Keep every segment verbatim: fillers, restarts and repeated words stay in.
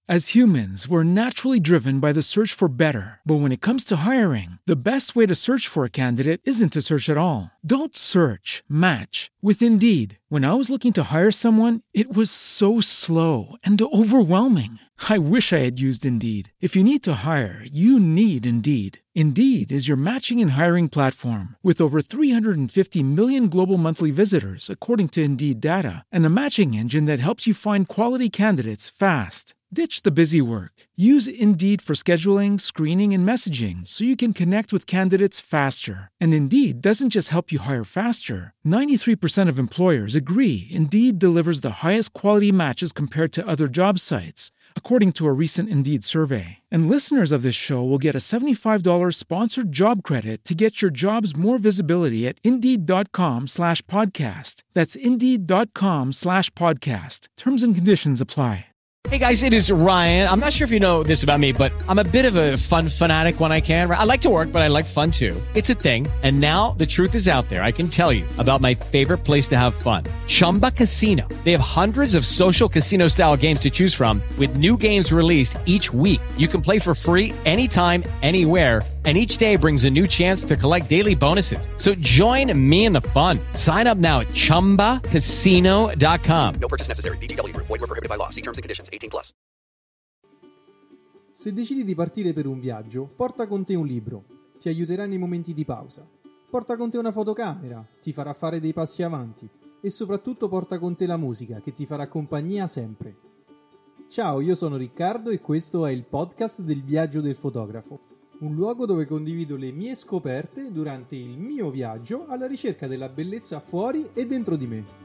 As humans, we're naturally driven by the search for better. But when it comes to hiring, the best way to search for a candidate isn't to search at all. Don't search, match with Indeed. When I was looking to hire someone, it was so slow and overwhelming. I wish I had used Indeed. If you need to hire, you need Indeed. Indeed is your matching and hiring platform with over three hundred fifty million global monthly visitors, according to Indeed data, and a matching engine that helps you find quality candidates fast. Ditch the busy work. Use Indeed for scheduling, screening, and messaging so you can connect with candidates faster. And Indeed doesn't just help you hire faster. ninety-three percent of employers agree Indeed delivers the highest quality matches compared to other job sites, according to a recent Indeed survey. And listeners of this show will get a seventy-five dollars sponsored job credit to get your jobs more visibility at Indeed.com slash podcast. That's Indeed.com slash podcast. Terms and conditions apply. Hey guys, it is Ryan. I'm not sure if you know this about me, but I'm a bit of a fun fanatic when I can. I like to work, but I like fun too. It's a thing. And now the truth is out there. I can tell you about my favorite place to have fun. Chumba Casino. They have hundreds of social casino style games to choose from with new games released each week. You can play for free anytime, anywhere. And each day brings a new chance to collect daily bonuses. So join me in the fun. Sign up now at chumba casino dot com. No purchase necessary. V G W Group. Void where prohibited by law. See terms and conditions. eighteen plus. Se decidi di partire per un viaggio, porta con te un libro. Ti aiuterà nei momenti di pausa. Porta con te una fotocamera. Ti farà fare dei passi avanti. E soprattutto porta con te la musica, che ti farà compagnia sempre. Ciao, io sono Riccardo e questo è il podcast del Viaggio del Fotografo. Un luogo dove condivido le mie scoperte durante il mio viaggio alla ricerca della bellezza fuori e dentro di me.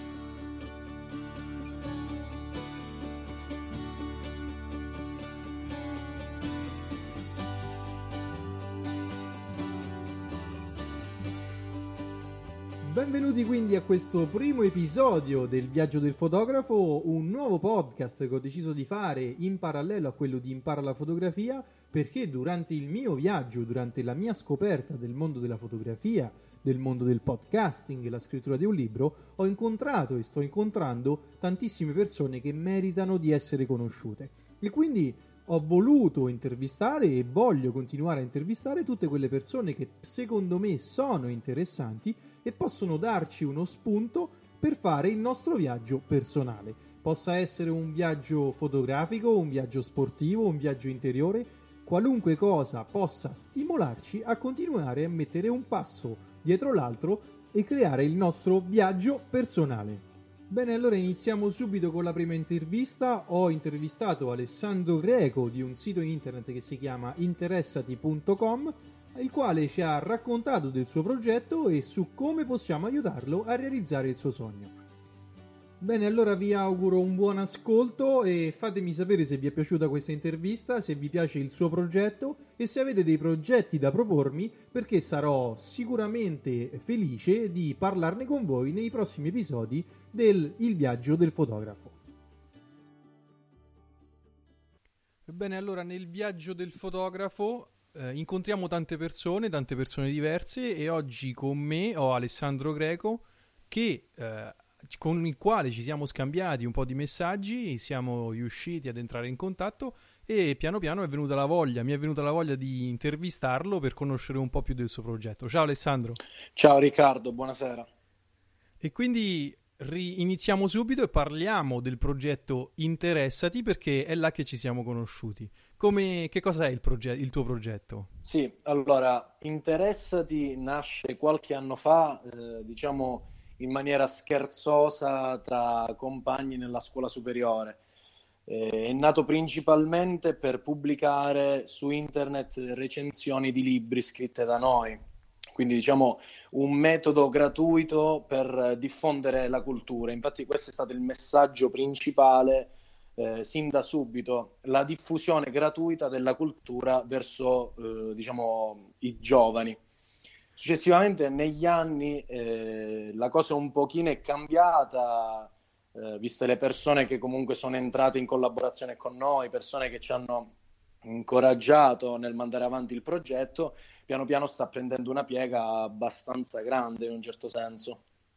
Benvenuti quindi a questo primo episodio del Viaggio del Fotografo, un nuovo podcast che ho deciso di fare in parallelo a quello di Impara la fotografia, perché durante il mio viaggio, durante la mia scoperta del mondo della fotografia, del mondo del podcasting e la scrittura di un libro, ho incontrato e sto incontrando tantissime persone che meritano di essere conosciute. E quindi ho voluto intervistare e voglio continuare a intervistare tutte quelle persone che secondo me sono interessanti e possono darci uno spunto per fare il nostro viaggio personale. Possa essere un viaggio fotografico, un viaggio sportivo, un viaggio interiore, qualunque cosa possa stimolarci a continuare a mettere un passo dietro l'altro e creare il nostro viaggio personale. Bene, allora iniziamo subito con la prima intervista. Ho intervistato Alessandro Greco di un sito internet che si chiama interessati punto com, il quale ci ha raccontato del suo progetto e su come possiamo aiutarlo a realizzare il suo sogno. Bene, allora vi auguro un buon ascolto e fatemi sapere se vi è piaciuta questa intervista, se vi piace il suo progetto e se avete dei progetti da propormi, perché sarò sicuramente felice di parlarne con voi nei prossimi episodi del Il Viaggio del Fotografo. Bene, allora nel Viaggio del Fotografo eh, incontriamo tante persone, tante persone diverse e oggi con me ho Alessandro Greco che... Eh, con il quale ci siamo scambiati un po' di messaggi, siamo riusciti ad entrare in contatto e piano piano è venuta la voglia, mi è venuta la voglia di intervistarlo per conoscere un po' più del suo progetto. Ciao Alessandro. Ciao Riccardo, buonasera. E quindi ri- iniziamo subito e parliamo del progetto Interessati, perché è là che ci siamo conosciuti. Come, che cosa è il, proge- il tuo progetto? Sì, allora, Interessati nasce qualche anno fa, eh, diciamo in maniera scherzosa tra compagni nella scuola superiore. Eh, è nato principalmente per pubblicare su internet recensioni di libri scritte da noi, quindi diciamo un metodo gratuito per diffondere la cultura. Infatti questo è stato il messaggio principale eh, sin da subito, la diffusione gratuita della cultura verso eh, diciamo i giovani. Successivamente negli anni eh, la cosa un pochino è cambiata, eh, viste le persone che comunque sono entrate in collaborazione con noi, persone che ci hanno incoraggiato nel mandare avanti il progetto, piano piano sta prendendo una piega abbastanza grande in un certo senso.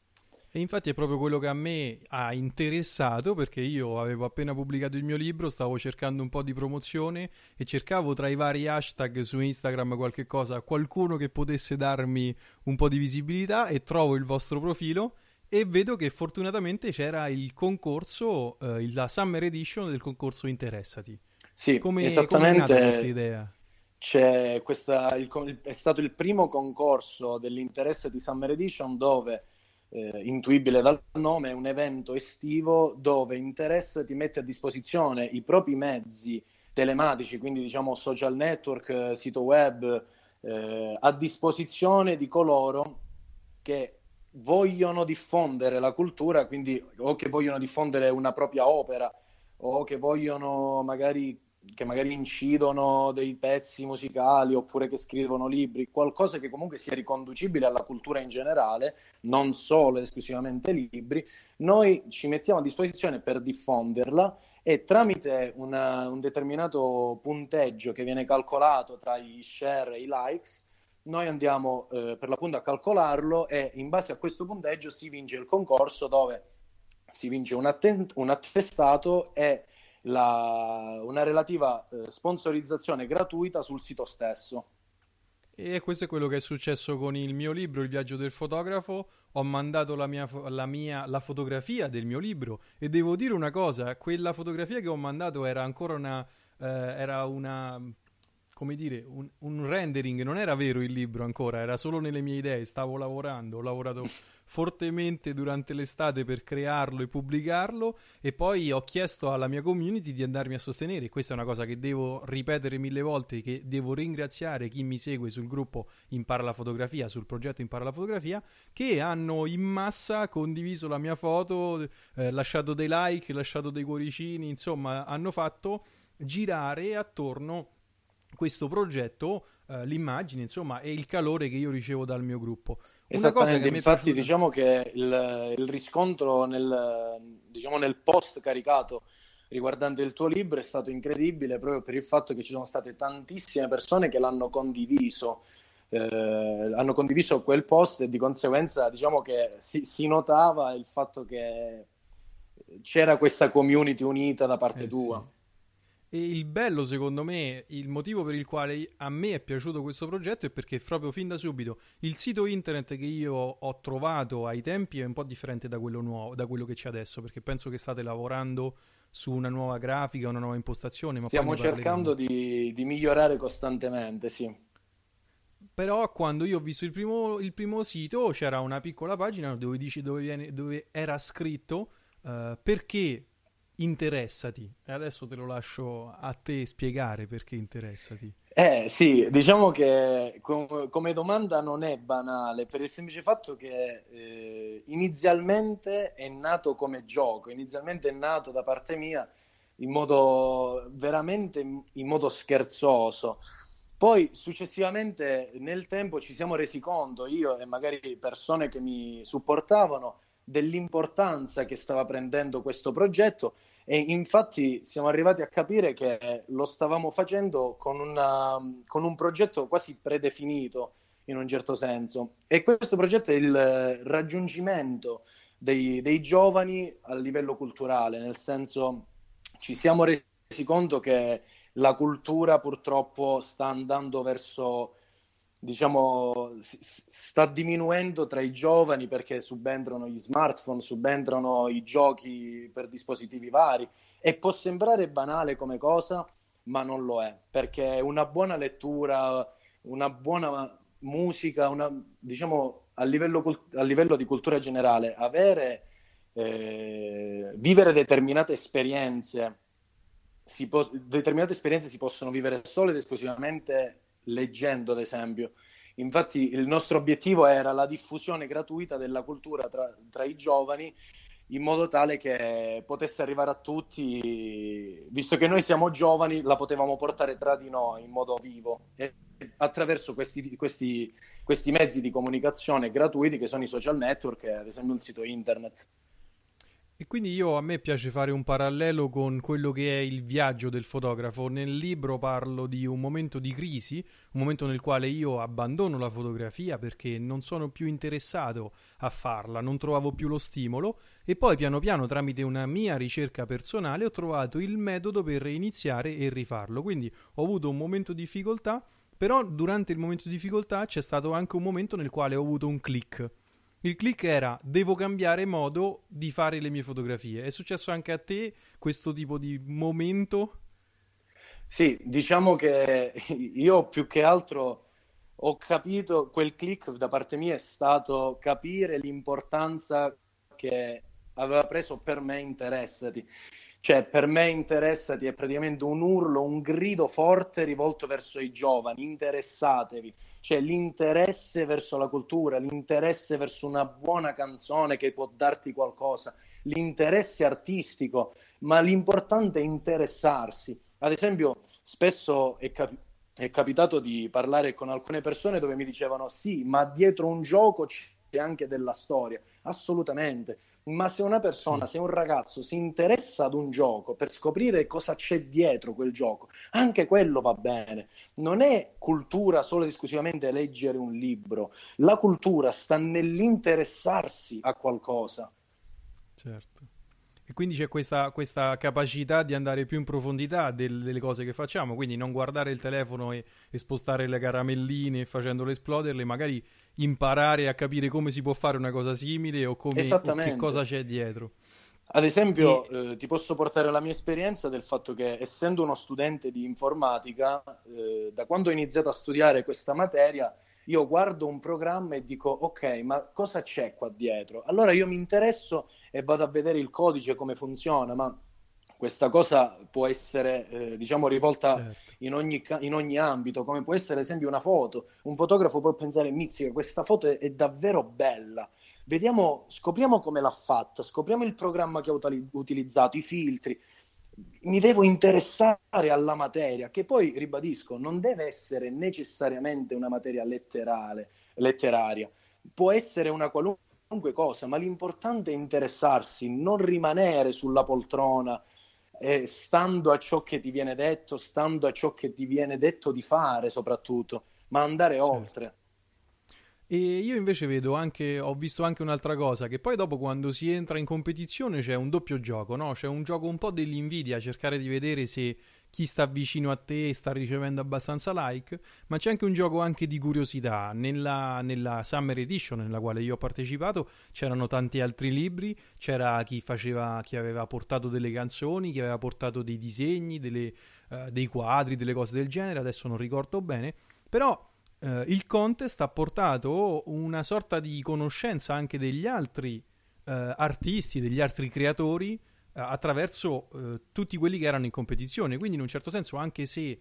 E infatti è proprio quello che a me ha interessato, perché io avevo appena pubblicato il mio libro, stavo cercando un po' di promozione e cercavo tra i vari hashtag su Instagram qualche cosa, qualcuno che potesse darmi un po' di visibilità, e trovo il vostro profilo e vedo che fortunatamente c'era il concorso, eh, la Summer Edition del concorso Interessati. Sì, Come, esattamente. come è nata questa idea? C'è questa, il, è stato il primo concorso dell'Interesse di Summer Edition dove, eh, intuibile dal nome, è un evento estivo dove Interesse ti mette a disposizione i propri mezzi telematici, quindi diciamo social network, eh, sito web, eh, a disposizione di coloro che vogliono diffondere la cultura, quindi o che vogliono diffondere una propria opera o che vogliono magari che magari incidono dei pezzi musicali oppure che scrivono libri, qualcosa che comunque sia riconducibile alla cultura in generale, non solo ed esclusivamente libri, noi ci mettiamo a disposizione per diffonderla e tramite una, un determinato punteggio che viene calcolato tra i share e i likes, noi andiamo eh, per l'appunto a calcolarlo e in base a questo punteggio si vince il concorso dove si vince un, attent- un attestato e La, una relativa eh, sponsorizzazione gratuita sul sito stesso. E questo è quello che è successo con il mio libro, Il viaggio del fotografo. Ho mandato la mia, la mia la fotografia del mio libro e devo dire una cosa, quella fotografia che ho mandato era ancora una eh, era una come dire, un, un rendering, non era vero il libro ancora, era solo nelle mie idee, stavo lavorando, ho lavorato fortemente durante l'estate per crearlo e pubblicarlo e poi ho chiesto alla mia community di andarmi a sostenere. Questa è una cosa che devo ripetere mille volte, che devo ringraziare chi mi segue sul gruppo Impara la fotografia, sul progetto Impara la fotografia, che hanno in massa condiviso la mia foto, eh, lasciato dei like, lasciato dei cuoricini, insomma hanno fatto girare attorno questo progetto, uh, l'immagine, insomma, e il calore che io ricevo dal mio gruppo. Una cosa che mi è infatti piaciuta... diciamo che il, il riscontro nel, diciamo, nel post caricato riguardante il tuo libro è stato incredibile proprio per il fatto che ci sono state tantissime persone che l'hanno condiviso, eh, hanno condiviso quel post e di conseguenza diciamo che si, si notava il fatto che c'era questa community unita da parte Eh, tua. sì. E il bello, secondo me, il motivo per il quale a me è piaciuto questo progetto è perché proprio fin da subito il sito internet che io ho trovato ai tempi è un po' differente da quello nuovo, da quello che c'è adesso, perché penso che state lavorando su una nuova grafica, una nuova impostazione. Ma Stiamo poi ne cercando parleremo. di, di migliorare costantemente, sì. Però quando io ho visto il primo, il primo sito c'era una piccola pagina dove dice dove, viene, dove era scritto uh, perché interessati, e adesso te lo lascio a te spiegare perché interessati. Eh sì, diciamo che com- come domanda non è banale per il semplice fatto che eh, inizialmente è nato come gioco, inizialmente è nato da parte mia in modo veramente in modo scherzoso. Poi successivamente nel tempo ci siamo resi conto, io e magari persone che mi supportavano, dell'importanza che stava prendendo questo progetto e infatti siamo arrivati a capire che lo stavamo facendo con, una, con un progetto quasi predefinito in un certo senso e questo progetto è il raggiungimento dei, dei giovani a livello culturale, nel senso ci siamo resi conto che la cultura purtroppo sta andando verso, diciamo, sta diminuendo tra i giovani perché subentrano gli smartphone, subentrano i giochi per dispositivi vari e può sembrare banale come cosa, ma non lo è, perché una buona lettura, una buona musica, una, diciamo, a livello, a livello di cultura generale, avere, eh, vivere determinate esperienze, si può, determinate esperienze si possono vivere solo ed esclusivamente leggendo, ad esempio. Infatti il nostro obiettivo era la diffusione gratuita della cultura tra, tra i giovani in modo tale che potesse arrivare a tutti, visto che noi siamo giovani, la potevamo portare tra di noi in modo vivo e attraverso questi, questi, questi mezzi di comunicazione gratuiti che sono i social network e ad esempio il sito internet. E quindi io a me piace fare un parallelo con quello che è il viaggio del fotografo. Nel libro parlo di un momento di crisi, un momento nel quale io abbandono la fotografia perché non sono più interessato a farla, non trovavo più lo stimolo e poi piano piano tramite una mia ricerca personale ho trovato il metodo per iniziare e rifarlo. Quindi ho avuto un momento di difficoltà, però durante il momento di difficoltà c'è stato anche un momento nel quale ho avuto un click. Il click era: devo cambiare modo di fare le mie fotografie. È successo anche a te questo tipo di momento? Sì, diciamo che io più che altro ho capito, quel click da parte mia è stato capire l'importanza che aveva preso per me Interessati. Cioè, per me Interessati è praticamente un urlo, un grido forte rivolto verso i giovani: interessatevi. Cioè, l'interesse verso la cultura, l'interesse verso una buona canzone che può darti qualcosa, l'interesse artistico, ma l'importante è interessarsi. Ad esempio, spesso è, cap- è capitato di parlare con alcune persone dove mi dicevano: sì, ma dietro un gioco c'è anche della storia. Assolutamente. Ma se una persona, Sì. se un ragazzo si interessa ad un gioco per scoprire cosa c'è dietro quel gioco, anche quello va bene. Non è cultura solo ed esclusivamente leggere un libro. La cultura sta nell'interessarsi a qualcosa. Certo. E quindi c'è questa, questa capacità di andare più in profondità del- delle cose che facciamo, quindi non guardare il telefono e, e spostare le caramelline facendole esploderle, magari imparare a capire come si può fare una cosa simile o, come, o che cosa Esattamente. c'è dietro. Ad E esempio, eh, ti posso portare la mia esperienza del fatto che, essendo uno studente di informatica, eh, da quando ho iniziato a studiare questa materia, io guardo un programma e dico: ok, ma cosa c'è qua dietro? Allora io mi interesso e vado a vedere il codice, come funziona, ma questa cosa può essere, eh, diciamo, rivolta certo. in ogni, ca- in ogni ambito, come può essere, ad esempio, una foto. Un fotografo può pensare: mizzica, questa foto è, è davvero bella. Vediamo, scopriamo come l'ha fatta, scopriamo il programma che ha utili- utilizzato, i filtri. Mi devo interessare alla materia, che poi, ribadisco, non deve essere necessariamente una materia letterale, letteraria, può essere una qualunque cosa, ma l'importante è interessarsi, non rimanere sulla poltrona, eh, stando a ciò che ti viene detto, stando a ciò che ti viene detto di fare soprattutto, ma andare Certo. oltre. E io invece vedo anche, ho visto anche un'altra cosa, che poi dopo quando si entra in competizione c'è un doppio gioco, no? C'è un gioco un po' dell'invidia, cercare di vedere se chi sta vicino a te sta ricevendo abbastanza like, ma c'è anche un gioco anche di curiosità. Nella, nella Summer Edition, nella quale io ho partecipato, c'erano tanti altri libri, c'era chi faceva, chi aveva portato delle canzoni, chi aveva portato dei disegni, delle, eh, dei quadri, delle cose del genere, adesso non ricordo bene, però eh, il contest ha portato una sorta di conoscenza anche degli altri eh, artisti, degli altri creatori eh, attraverso eh, tutti quelli che erano in competizione. Quindi, in un certo senso, anche se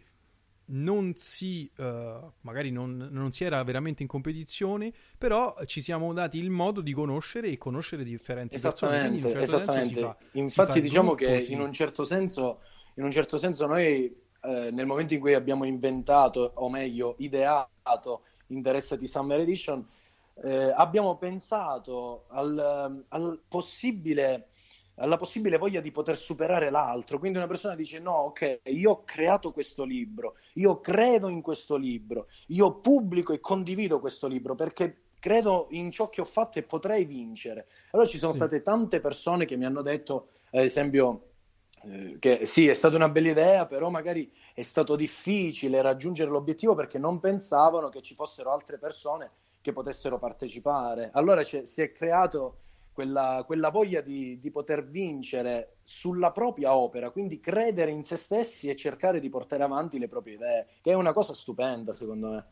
non si, eh, magari non, non si era veramente in competizione, però ci siamo dati il modo di conoscere e conoscere differenti persone. Quindi, in un Esattamente, certo senso, si fa, esattamente. si fa Infatti diciamo che gruppo, in si... un certo senso, in un certo senso noi, eh, nel momento in cui abbiamo inventato, o meglio ideato, Interessati Summer Edition, eh, abbiamo pensato al, al possibile, alla possibile voglia di poter superare l'altro. Quindi una persona dice: no, ok, io ho creato questo libro, io credo in questo libro, io pubblico e condivido questo libro perché credo in ciò che ho fatto e potrei vincere. Allora ci sono Sì. state tante persone che mi hanno detto, ad esempio, eh, che sì, è stata una bella idea, però magari è stato difficile raggiungere l'obiettivo perché non pensavano che ci fossero altre persone che potessero partecipare. Allora c'è- si è creato quella, quella voglia di, di poter vincere sulla propria opera, quindi credere in se stessi e cercare di portare avanti le proprie idee, che è una cosa stupenda, secondo me.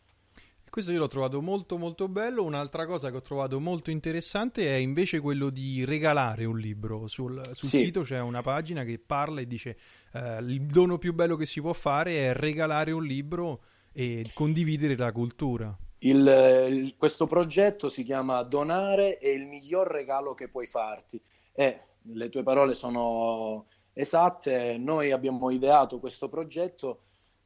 Questo io l'ho trovato molto molto bello. Un'altra cosa che ho trovato molto interessante è invece quello di regalare un libro. Sul, sul Sì. sito c'è una pagina che parla e dice eh, il dono più bello che si può fare è regalare un libro e condividere la cultura. Il- il- questo progetto si chiama Donare è il miglior regalo che puoi farti. E le tue parole sono esatte. Noi abbiamo ideato questo progetto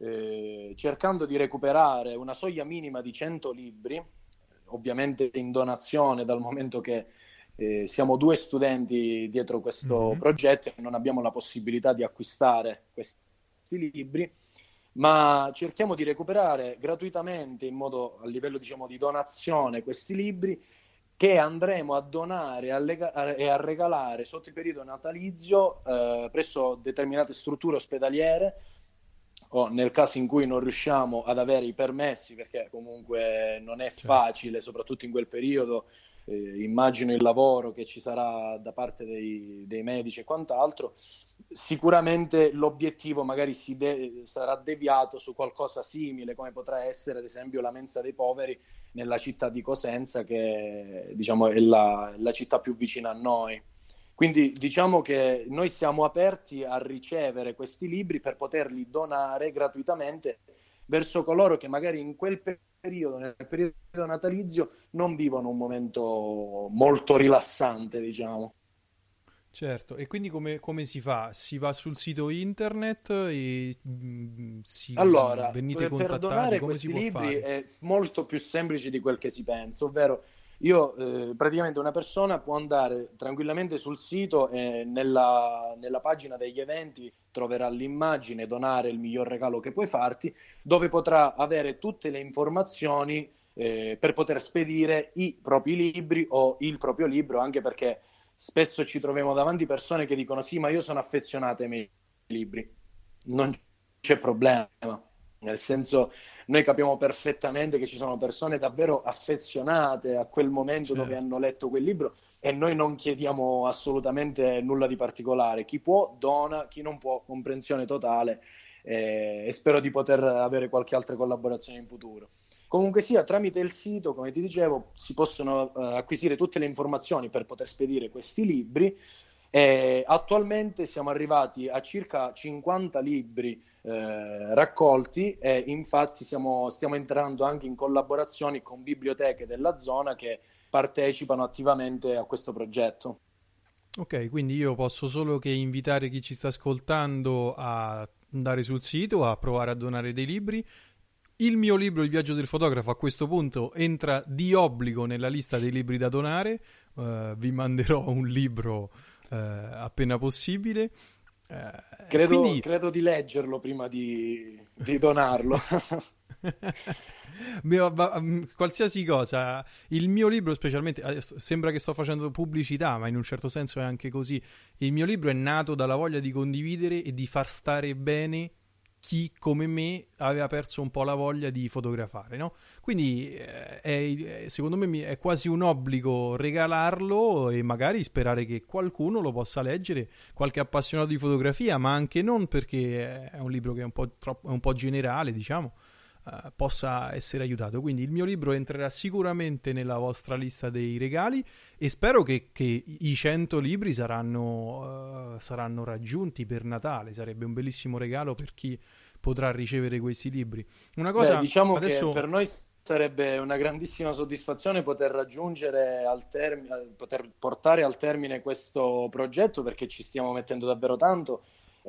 eh, cercando di recuperare una soglia minima di cento libri, ovviamente in donazione, dal momento che eh, siamo due studenti dietro questo Mhm. progetto e non abbiamo la possibilità di acquistare questi libri, ma cerchiamo di recuperare gratuitamente in modo a livello diciamo di donazione questi libri che andremo a donare a lega- a- e a regalare sotto il periodo natalizio eh, presso determinate strutture ospedaliere o nel caso in cui non riusciamo ad avere i permessi, perché comunque non è Certo. facile, soprattutto in quel periodo, eh, immagino il lavoro che ci sarà da parte dei, dei medici e quant'altro, sicuramente l'obiettivo magari si de- sarà deviato su qualcosa simile, come potrà essere ad esempio la Mensa dei Poveri nella città di Cosenza, che diciamo è la, la città più vicina a noi. Quindi diciamo che noi siamo aperti a ricevere questi libri per poterli donare gratuitamente verso coloro che magari in quel periodo, nel periodo natalizio, non vivono un momento molto rilassante, diciamo. Certo, e quindi come, come si fa? Si va sul sito internet e mm, si, Allora, venite per, per contattati, donare come si questi può libri fare? è molto più semplice di quel che si pensa, ovvero io eh, praticamente una persona può andare tranquillamente sul sito e nella, nella pagina degli eventi troverà l'immagine donare il miglior regalo che puoi farti, dove potrà avere tutte le informazioni eh, per poter spedire i propri libri o il proprio libro, anche perché spesso ci troviamo davanti persone che dicono sì, ma io sono affezionato ai miei libri. Non c'è problema, nel senso noi capiamo perfettamente che ci sono persone davvero affezionate a quel momento dove Certo. hanno letto quel libro e noi non chiediamo assolutamente nulla di particolare. Chi può dona, chi non può comprensione totale eh, e spero di poter avere qualche altra collaborazione in futuro. Comunque sia, tramite il sito, come ti dicevo, si possono eh, acquisire tutte le informazioni per poter spedire questi libri. E attualmente siamo arrivati a circa cinquanta libri eh, raccolti e infatti siamo, stiamo entrando anche in collaborazioni con biblioteche della zona che partecipano attivamente a questo progetto. Ok, quindi io posso solo che invitare chi ci sta ascoltando a andare sul sito, a provare a donare dei libri. Il mio libro, Il viaggio del fotografo, a questo punto entra di obbligo nella lista dei libri da donare. Eh, vi manderò un libro eh, appena possibile. Eh, Credo, quindi credo di leggerlo prima di, di donarlo. Mi va- va- mm, qualsiasi cosa, il mio libro specialmente, adesso sembra che sto facendo pubblicità, ma in un certo senso è anche così. Il mio libro è nato dalla voglia di condividere e di far stare bene chi come me aveva perso un po' la voglia di fotografare, no? Quindi eh, è- secondo me mi- è quasi un obbligo regalarlo e magari sperare che qualcuno lo possa leggere, qualche appassionato di fotografia, ma anche non, perché è un libro che è un po' troppo, è un po' generale, diciamo, eh, possa essere aiutato. Quindi il mio libro entrerà sicuramente nella vostra lista dei regali e spero che, che i cento libri saranno, eh, saranno raggiunti per Natale. Sarebbe un bellissimo regalo per chi potrà ricevere questi libri. Una Beh, cosa diciamo che adesso. per noi sarebbe una grandissima soddisfazione poter raggiungere al termine, poter portare al termine questo progetto perché ci stiamo mettendo davvero tanto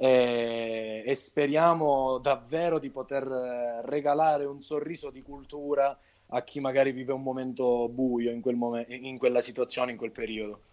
e, e speriamo davvero di poter eh, regalare un sorriso di cultura a chi magari vive un momento buio in quel momen- in quella situazione, in quel periodo.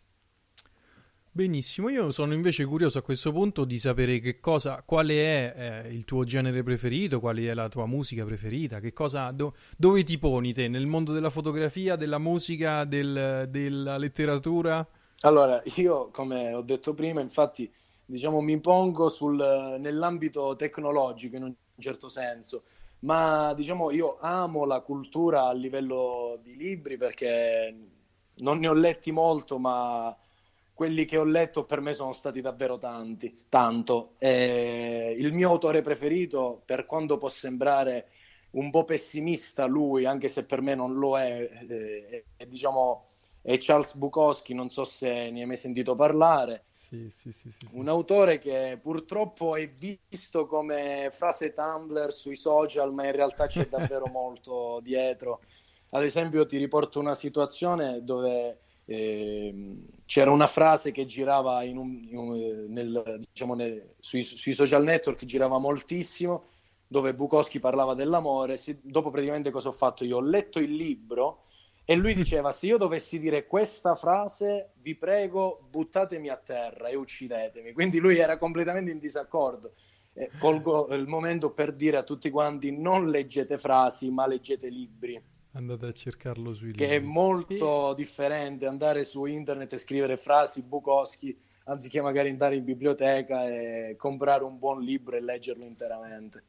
Benissimo, io sono invece curioso a questo punto di sapere che cosa, quale è eh, il tuo genere preferito, quale è la tua musica preferita, che cosa, do- dove ti poni te nel mondo della fotografia, della musica, del- della letteratura? Allora, io come ho detto prima, infatti, diciamo, mi pongo sul, nell'ambito tecnologico in un certo senso, ma diciamo, io amo la cultura a livello di libri perché non ne ho letti molto, ma quelli che ho letto per me sono stati davvero tanti, tanto. E il mio autore preferito, per quanto può sembrare un po' pessimista lui, anche se per me non lo è, eh, è, è, diciamo, è Charles Bukowski, non so se ne hai mai sentito parlare, Sì, sì, sì, sì, sì. un autore che purtroppo è visto come frase Tumblr sui social, ma in realtà c'è davvero molto dietro. Ad esempio, ti riporto una situazione dove eh, c'era una frase che girava in un, in un- nel, diciamo, nel- sui, sui social network, girava moltissimo, dove Bukowski parlava dell'amore. Si- dopo praticamente cosa ho fatto? Io ho letto il libro E lui diceva: se io dovessi dire questa frase, vi prego, buttatemi a terra e uccidetemi. Quindi lui era completamente in disaccordo. Eh, colgo il momento per dire a tutti quanti: non leggete frasi, ma leggete libri. Andate a cercarlo sui Che libri. è molto e... differente andare su internet e scrivere frasi Bukowski, anziché magari andare in biblioteca e comprare un buon libro e leggerlo interamente.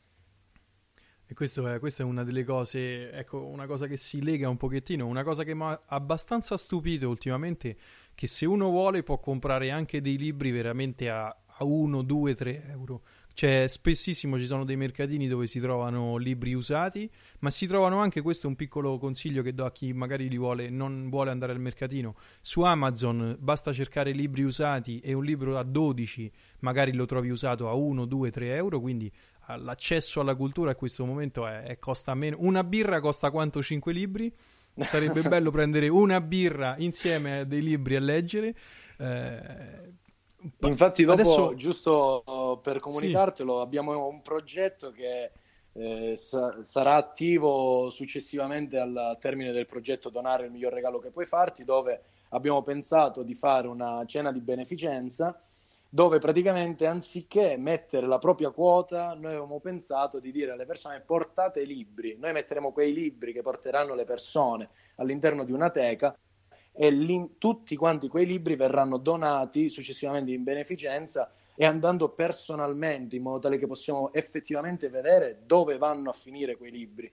E questo è, questa è una delle cose, ecco, una cosa che si lega un pochettino, una cosa che mi ha abbastanza stupito ultimamente, che se uno vuole può comprare anche dei libri veramente a, a uno, due, tre euro. Cioè, spessissimo ci sono dei mercatini dove si trovano libri usati, ma si trovano anche, questo è un piccolo consiglio che do a chi magari li vuole, non vuole andare al mercatino, su Amazon basta cercare libri usati e un libro a dodici magari lo trovi usato a uno, due, tre euro, quindi l'accesso alla cultura a questo momento è, è costa meno. Una birra costa quanto cinque libri? Sarebbe bello prendere una birra insieme a dei libri a leggere. Eh, Infatti dopo, adesso... giusto per comunicartelo, sì. Abbiamo un progetto che eh, sa- sarà attivo successivamente al termine del progetto Donare il miglior regalo che puoi farti, dove abbiamo pensato di fare una cena di beneficenza, dove praticamente anziché mettere la propria quota, noi avevamo pensato di dire alle persone: portate libri, noi metteremo quei libri che porteranno le persone all'interno di una teca, e lì, tutti quanti quei libri verranno donati successivamente in beneficenza, e andando personalmente, in modo tale che possiamo effettivamente vedere dove vanno a finire quei libri.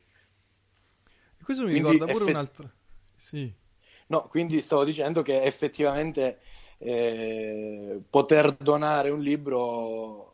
E questo mi quindi ricorda pure effett... un altro... Sì. No, quindi stavo dicendo che effettivamente eh, poter donare un libro,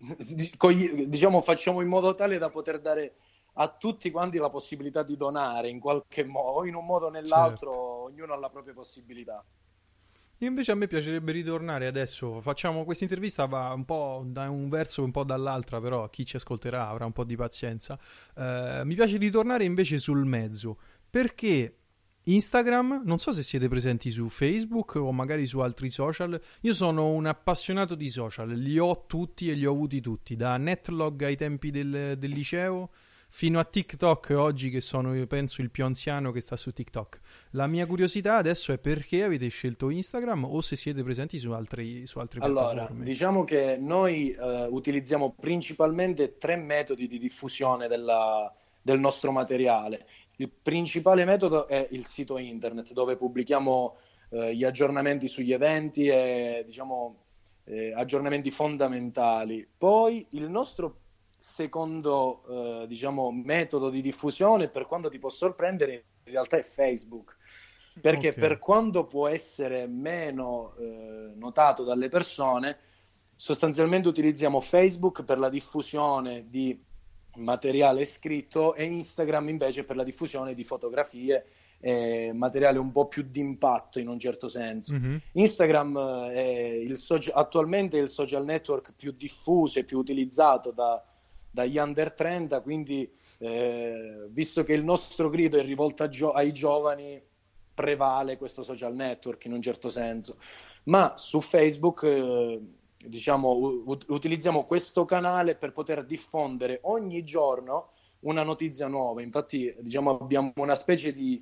diciamo, facciamo in modo tale da poter dare a tutti quanti la possibilità di donare in qualche modo, in un modo o nell'altro, certo. Ognuno ha la propria possibilità. Invece a me piacerebbe ritornare adesso, facciamo questa intervista, va un po' da un verso e un po' dall'altra, però chi ci ascolterà avrà un po' di pazienza. Uh, mi piace ritornare invece sul mezzo, perché Instagram, non so se siete presenti su Facebook o magari su altri social, io sono un appassionato di social, li ho tutti e li ho avuti tutti, da Netlog ai tempi del, del liceo, fino a TikTok oggi, che sono, io penso, il più anziano che sta su TikTok. La mia curiosità adesso è perché avete scelto Instagram, o se siete presenti su, altri, su altre allora, piattaforme. Diciamo che noi eh, utilizziamo principalmente tre metodi di diffusione della, del nostro materiale. Il principale metodo è il sito internet, dove pubblichiamo eh, gli aggiornamenti sugli eventi e, diciamo, eh, aggiornamenti fondamentali. Poi il nostro secondo eh, diciamo metodo di diffusione, per quanto ti può sorprendere, in realtà è Facebook, perché okay. Per quanto può essere meno eh, notato dalle persone, sostanzialmente utilizziamo Facebook per la diffusione di materiale scritto e Instagram invece per la diffusione di fotografie e materiale un po' più d'impatto, in un certo senso. Mm-hmm. Instagram è il so- attualmente è il social network più diffuso e più utilizzato da dagli under trenta, quindi eh, visto che il nostro grido è rivolto gio- ai giovani, prevale questo social network in un certo senso. Ma su Facebook eh, diciamo u- utilizziamo questo canale per poter diffondere ogni giorno una notizia nuova. Infatti, diciamo, abbiamo una specie di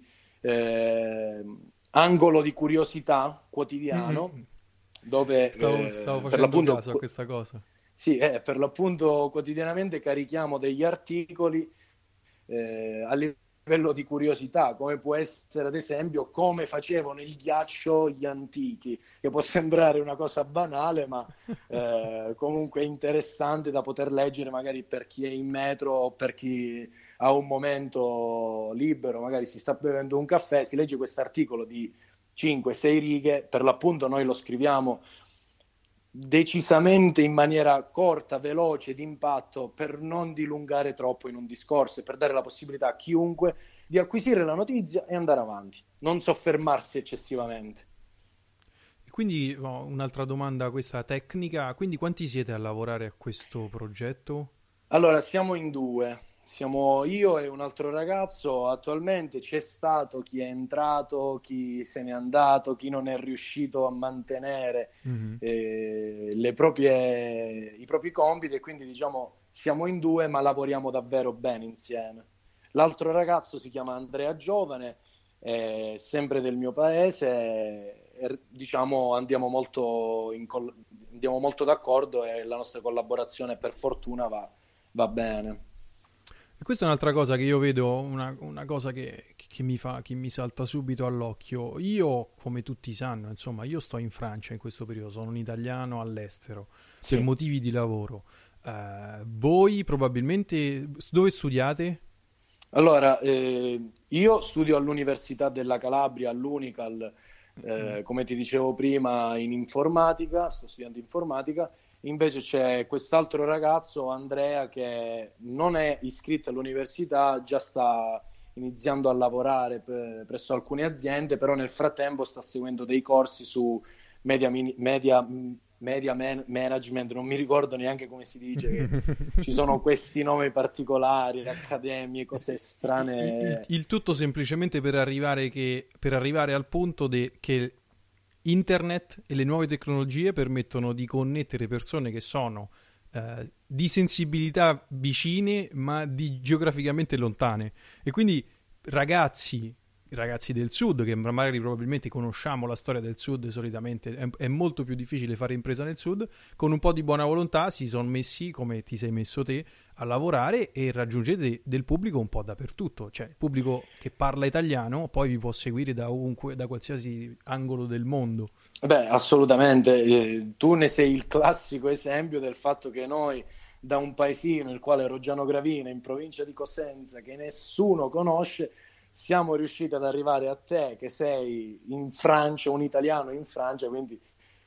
eh, angolo di curiosità quotidiano, mm-hmm. dove stavo, eh, stavo facendo per l'appunto caso a questa cosa. Sì, eh, per l'appunto quotidianamente carichiamo degli articoli eh, a livello di curiosità, come può essere ad esempio come facevano il ghiaccio gli antichi, che può sembrare una cosa banale, ma eh, comunque interessante da poter leggere magari per chi è in metro o per chi ha un momento libero, magari si sta bevendo un caffè, si legge questo articolo di cinque sei righe, per l'appunto noi lo scriviamo decisamente in maniera corta, veloce, d'impatto, per non dilungare troppo in un discorso e per dare la possibilità a chiunque di acquisire la notizia e andare avanti, non soffermarsi eccessivamente. E quindi oh, un'altra domanda, questa tecnica, quindi quanti siete a lavorare a questo progetto? Allora, siamo in due. Siamo io e un altro ragazzo. Attualmente c'è stato chi è entrato, chi se n'è andato, chi non è riuscito a mantenere mm-hmm. eh, le proprie, i propri compiti, e quindi diciamo siamo in due ma lavoriamo davvero bene insieme. L'altro ragazzo si chiama Andrea Giovane, è sempre del mio paese, e, diciamo andiamo molto, in coll- andiamo molto d'accordo e la nostra collaborazione per fortuna va, va bene. E questa è un'altra cosa che io vedo, una, una cosa che, che mi fa, che mi salta subito all'occhio. Io, come tutti sanno, insomma, io sto in Francia in questo periodo, sono un italiano all'estero, Sì. per motivi di lavoro. Eh, voi probabilmente, dove studiate? Allora, eh, io studio all'Università della Calabria, all'Unical, eh, come ti dicevo prima, in informatica, sto studiando informatica. Invece c'è quest'altro ragazzo, Andrea, che non è iscritto all'università, già sta iniziando a lavorare pre- presso alcune aziende, però nel frattempo sta seguendo dei corsi su media, mini- media, media man- management, non mi ricordo neanche come si dice, che ci sono questi nomi particolari, accademie, cose strane. Il, il- il tutto semplicemente per arrivare, che, per arrivare al punto de- che Internet e le nuove tecnologie permettono di connettere persone che sono eh, di sensibilità vicine ma di geograficamente lontane, e quindi ragazzi ragazzi del sud, che magari probabilmente conosciamo la storia del sud, solitamente è, è molto più difficile fare impresa nel sud, con un po' di buona volontà si sono messi, come ti sei messo te, a lavorare, e raggiungete del pubblico un po' dappertutto, cioè il pubblico che parla italiano poi vi può seguire da ovunque, da qualsiasi angolo del mondo. Beh, assolutamente. Eh, tu ne sei il classico esempio del fatto che noi, da un paesino, il quale è Roggiano Gravina, in provincia di Cosenza, che nessuno conosce, siamo riusciti ad arrivare a te, che sei in Francia, un italiano in Francia, quindi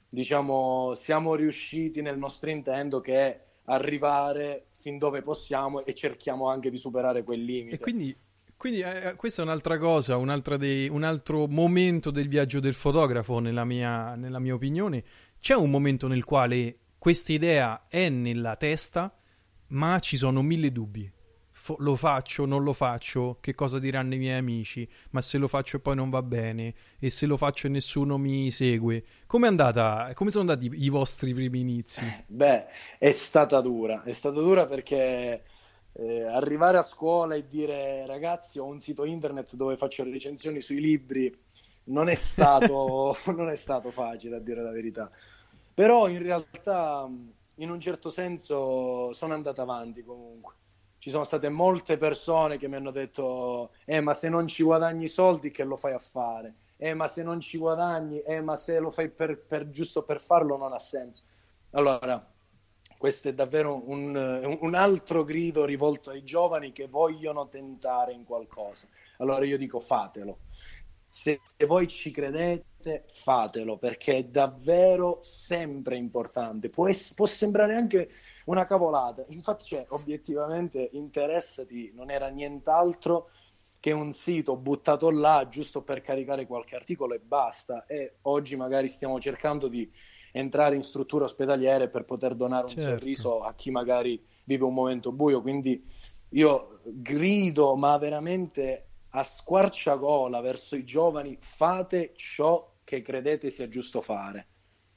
diciamo siamo riusciti nel nostro intento, che è arrivare fin dove possiamo, e cerchiamo anche di superare quel limite. E quindi, quindi eh, questa è un'altra cosa, un'altra dei, un altro momento del viaggio del fotografo, nella mia, nella mia opinione. C'è un momento nel quale questa idea è nella testa, ma ci sono mille dubbi. Fo- lo faccio, non lo faccio, che cosa diranno i miei amici, ma se lo faccio e poi non va bene, e se lo faccio e nessuno mi segue. Com'è andata, come sono andati i vostri primi inizi? Beh, è stata dura, è stata dura perché eh, arrivare a scuola e dire ragazzi ho un sito internet dove faccio recensioni sui libri non è stato, non è stato facile, a dire la verità. Però in realtà, in un certo senso, sono andata avanti comunque. Ci sono state molte persone che mi hanno detto eh ma se non ci guadagni soldi che lo fai a fare? Eh ma se non ci guadagni, eh ma se lo fai per, per giusto per farlo non ha senso. Allora, questo è davvero un, un altro grido rivolto ai giovani che vogliono tentare in qualcosa. Allora io dico fatelo. Se voi ci credete, fatelo, perché è davvero sempre importante. Può, es- può sembrare anche una cavolata, infatti, cioè, obiettivamente Interessati non era nient'altro che un sito buttato là giusto per caricare qualche articolo e basta, e oggi magari stiamo cercando di entrare in strutture ospedaliere per poter donare un Certo. sorriso a chi magari vive un momento buio, quindi io grido, ma veramente a squarciagola verso i giovani: fate ciò che credete sia giusto fare.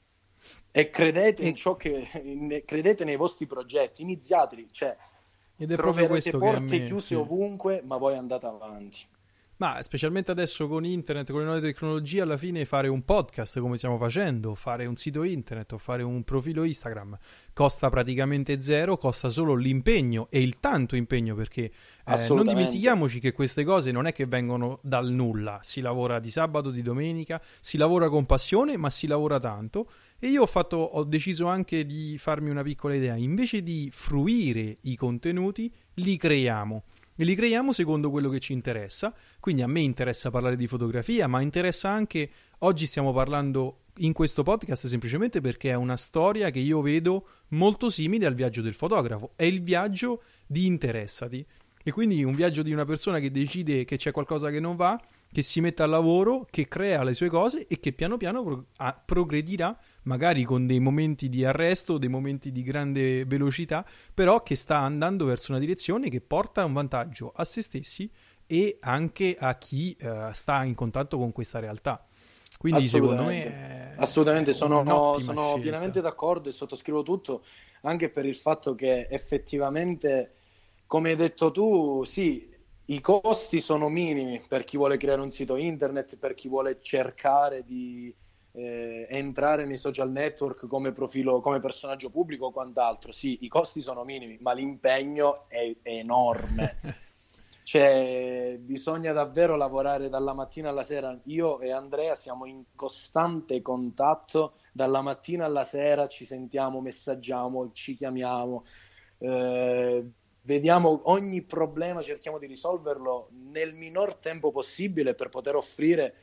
E credete in ciò che in- credete nei vostri progetti, iniziateli, cioè Ed è proprio troverete questo che a porte me, chiuse sì. ovunque, ma voi andate avanti. Ma specialmente adesso con internet, con le nuove tecnologie, alla fine fare un podcast come stiamo facendo, fare un sito internet o fare un profilo Instagram costa praticamente zero, costa solo l'impegno, e il tanto impegno, perché eh, non Assolutamente. dimentichiamoci che queste cose non è che vengono dal nulla, si lavora di sabato, di domenica, si lavora con passione, ma si lavora tanto. E io ho fatto, ho deciso anche di farmi una piccola idea: invece di fruire i contenuti, li creiamo. E li creiamo secondo quello che ci interessa. Quindi a me interessa parlare di fotografia, ma interessa anche, oggi stiamo parlando in questo podcast semplicemente perché è una storia che io vedo molto simile al viaggio del fotografo. È il viaggio di Interessati, e quindi un viaggio di una persona che decide che c'è qualcosa che non va, che si mette al lavoro, che crea le sue cose e che piano piano pro- a- progredirà, magari con dei momenti di arresto, dei momenti di grande velocità, però che sta andando verso una direzione che porta un vantaggio a se stessi e anche a chi eh, sta in contatto con questa realtà. Quindi secondo me è assolutamente sono, un'ottima sono scelta. pienamente d'accordo e sottoscrivo tutto, anche per il fatto che effettivamente, come hai detto tu, sì, i costi sono minimi per chi vuole creare un sito internet, per chi vuole cercare di eh, entrare nei social network come profilo, come personaggio pubblico o quant'altro. Sì, i costi sono minimi, ma l'impegno è, è enorme. Cioè, bisogna davvero lavorare dalla mattina alla sera. Io e Andrea siamo in costante contatto dalla mattina alla sera, ci sentiamo, messaggiamo, ci chiamiamo, eh, vediamo ogni problema, cerchiamo di risolverlo nel minor tempo possibile per poter offrire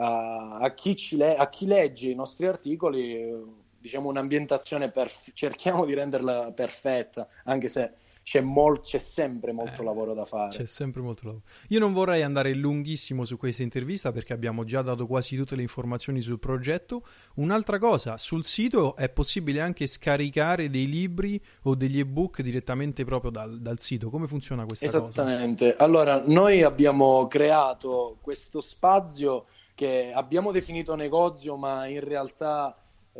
a, a, chi, ci le, a chi legge i nostri articoli, eh, diciamo, un'ambientazione, perf- cerchiamo di renderla perfetta, anche se C'è, mol- c'è sempre molto eh, lavoro da fare. C'è sempre molto lavoro. Io non vorrei andare lunghissimo su questa intervista perché abbiamo già dato quasi tutte le informazioni sul progetto. Un'altra cosa, sul sito è possibile anche scaricare dei libri o degli ebook direttamente proprio dal, dal sito. Come funziona questa cosa? Esattamente. Allora, noi abbiamo creato questo spazio che abbiamo definito negozio, ma in realtà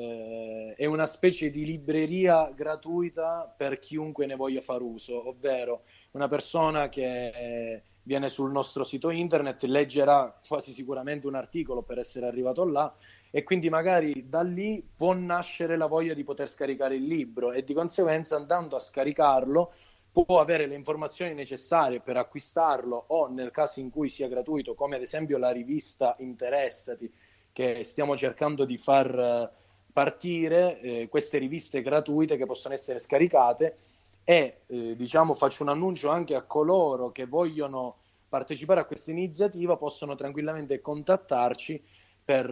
Eh, è una specie di libreria gratuita per chiunque ne voglia far uso, ovvero una persona che eh, viene sul nostro sito internet leggerà quasi sicuramente un articolo per essere arrivato là, e quindi magari da lì può nascere la voglia di poter scaricare il libro, e di conseguenza, andando a scaricarlo, può avere le informazioni necessarie per acquistarlo, o nel caso in cui sia gratuito, come ad esempio la rivista Interessati, che stiamo cercando di far partire, eh, queste riviste gratuite che possono essere scaricate. E eh, diciamo, faccio un annuncio anche a coloro che vogliono partecipare a questa iniziativa: possono tranquillamente contattarci per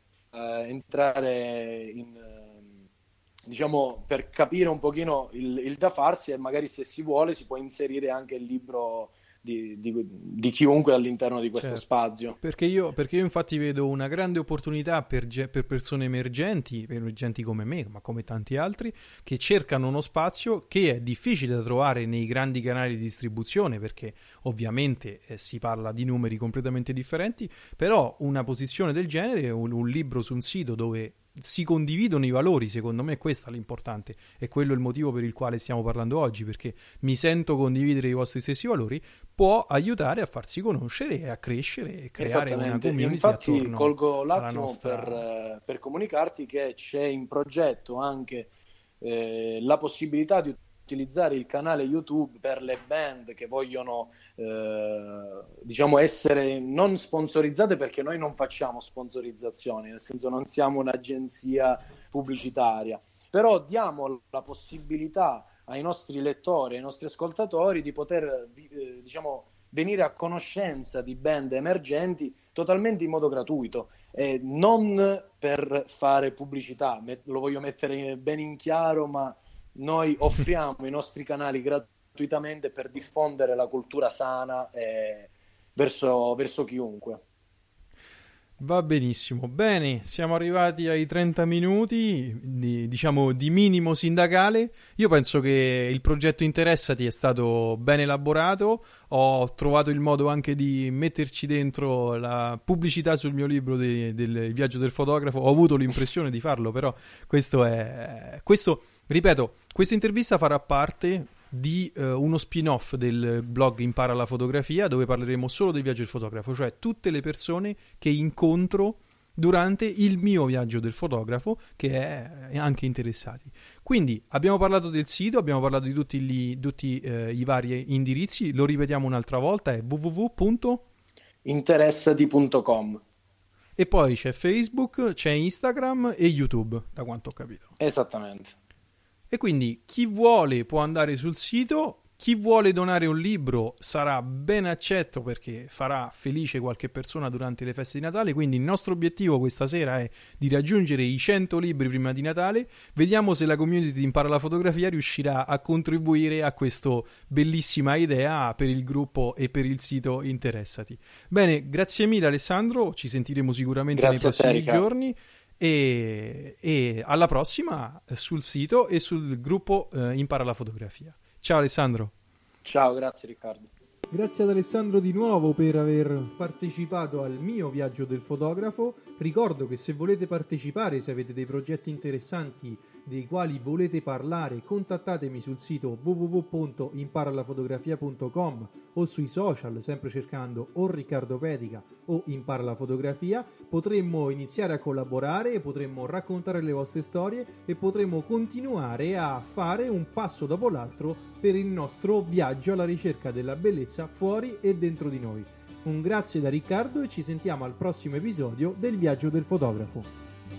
eh, entrare in eh, diciamo, per capire un pochino il, il da farsi, e magari, se si vuole, si può inserire anche il libro Di, di, di chiunque all'interno di questo certo. spazio. Perché io, perché io infatti vedo una grande opportunità per, ge- per persone emergenti, emergenti come me, ma come tanti altri, che cercano uno spazio che è difficile da trovare nei grandi canali di distribuzione, perché ovviamente eh, si parla di numeri completamente differenti, però una posizione del genere, un, un libro su un sito dove si condividono i valori, secondo me questo è l'importante, e quello è il motivo per il quale stiamo parlando oggi, perché mi sento condividere i vostri stessi valori, può aiutare a farsi conoscere e a crescere e creare una community. Infatti attorno colgo l'attimo nostra... per, per comunicarti che c'è in progetto anche eh, la possibilità di utilizzare il canale YouTube per le band che vogliono eh, diciamo essere non sponsorizzate, perché noi non facciamo sponsorizzazioni, nel senso non siamo un'agenzia pubblicitaria, però diamo la possibilità ai nostri lettori, ai nostri ascoltatori, di poter eh, diciamo venire a conoscenza di band emergenti totalmente in modo gratuito, e non per fare pubblicità, lo voglio mettere ben in chiaro, ma noi offriamo i nostri canali gratuitamente per diffondere la cultura sana eh, verso, verso chiunque. Va benissimo. Bene, siamo arrivati ai trenta minuti di, diciamo, di minimo sindacale. Io penso che il progetto Interessati è stato ben elaborato. Ho trovato il modo anche di metterci dentro la pubblicità sul mio libro de, del viaggio del fotografo. Ho avuto l'impressione di farlo, però questo è... questo, ripeto, questa intervista farà parte di uh, uno spin-off del blog Impara la fotografia, dove parleremo solo del viaggio del fotografo, cioè tutte le persone che incontro durante il mio viaggio del fotografo, che è anche interessati. Quindi abbiamo parlato del sito, abbiamo parlato di tutti, gli, tutti uh, i vari indirizzi, lo ripetiamo un'altra volta, è w w w punto interessati punto com. E poi c'è Facebook, c'è Instagram e YouTube, da quanto ho capito. Esattamente. E quindi chi vuole può andare sul sito, chi vuole donare un libro sarà ben accetto, perché farà felice qualche persona durante le feste di Natale. Quindi il nostro obiettivo questa sera è di raggiungere i cento libri prima di Natale. Vediamo se la community di Impara la fotografia riuscirà a contribuire a questa bellissima idea per il gruppo e per il sito Interessati. Bene, grazie mille Alessandro, ci sentiremo sicuramente grazie nei prossimi te, giorni. E, e alla prossima sul sito e sul gruppo eh, Impara la fotografia. Ciao Alessandro. Ciao, grazie Riccardo. Grazie ad Alessandro di nuovo per aver partecipato al mio viaggio del fotografo. Ricordo che se volete partecipare, se avete dei progetti interessanti dei quali volete parlare, contattatemi sul sito w w w punto imparalafotografia punto com o sui social, sempre cercando o Riccardo Pedica o Impara la Fotografia. Potremmo iniziare a collaborare, potremmo raccontare le vostre storie e potremmo continuare a fare un passo dopo l'altro per il nostro viaggio alla ricerca della bellezza fuori e dentro di noi. Un grazie da Riccardo e ci sentiamo al prossimo episodio del Viaggio del Fotografo.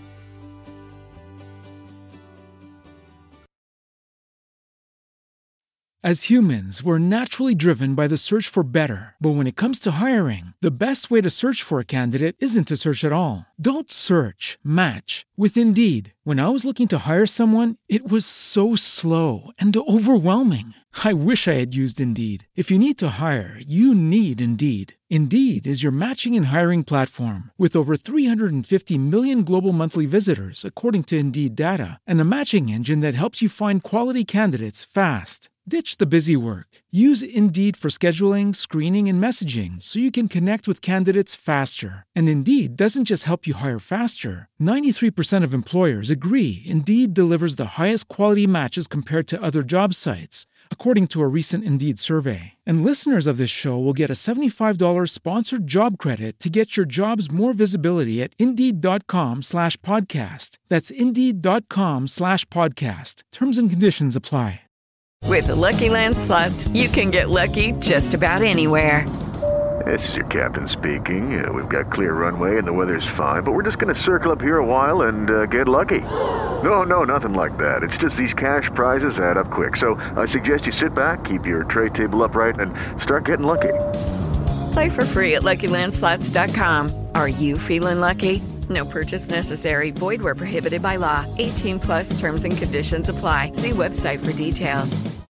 As humans, we're naturally driven by the search for better. But when it comes to hiring, the best way to search for a candidate isn't to search at all. Don't search, match with Indeed. When I was looking to hire someone, it was so slow and overwhelming. I wish I had used Indeed. If you need to hire, you need Indeed. Indeed is your matching and hiring platform with over three hundred fifty million global monthly visitors, according to Indeed data, and a matching engine that helps you find quality candidates fast. Ditch the busy work. Use Indeed for scheduling, screening, and messaging so you can connect with candidates faster. And Indeed doesn't just help you hire faster. ninety-three percent of employers agree Indeed delivers the highest quality matches compared to other job sites, according to a recent Indeed survey. And listeners of this show will get a seventy-five dollars sponsored job credit to get your jobs more visibility at Indeed.com slash podcast. That's Indeed.com slash podcast. Terms and conditions apply. With the Lucky Land Slots, you can get lucky just about anywhere. This is your captain speaking. Uh, we've got clear runway and the weather's fine, but we're just going to circle up here a while and uh, get lucky. No, no, nothing like that. It's just these cash prizes add up quick. So I suggest you sit back, keep your tray table upright, and start getting lucky. Play for free at Lucky Land Slots dot com. Are you feeling lucky? No purchase necessary. Void where prohibited by law. eighteen plus terms and conditions apply. See website for details.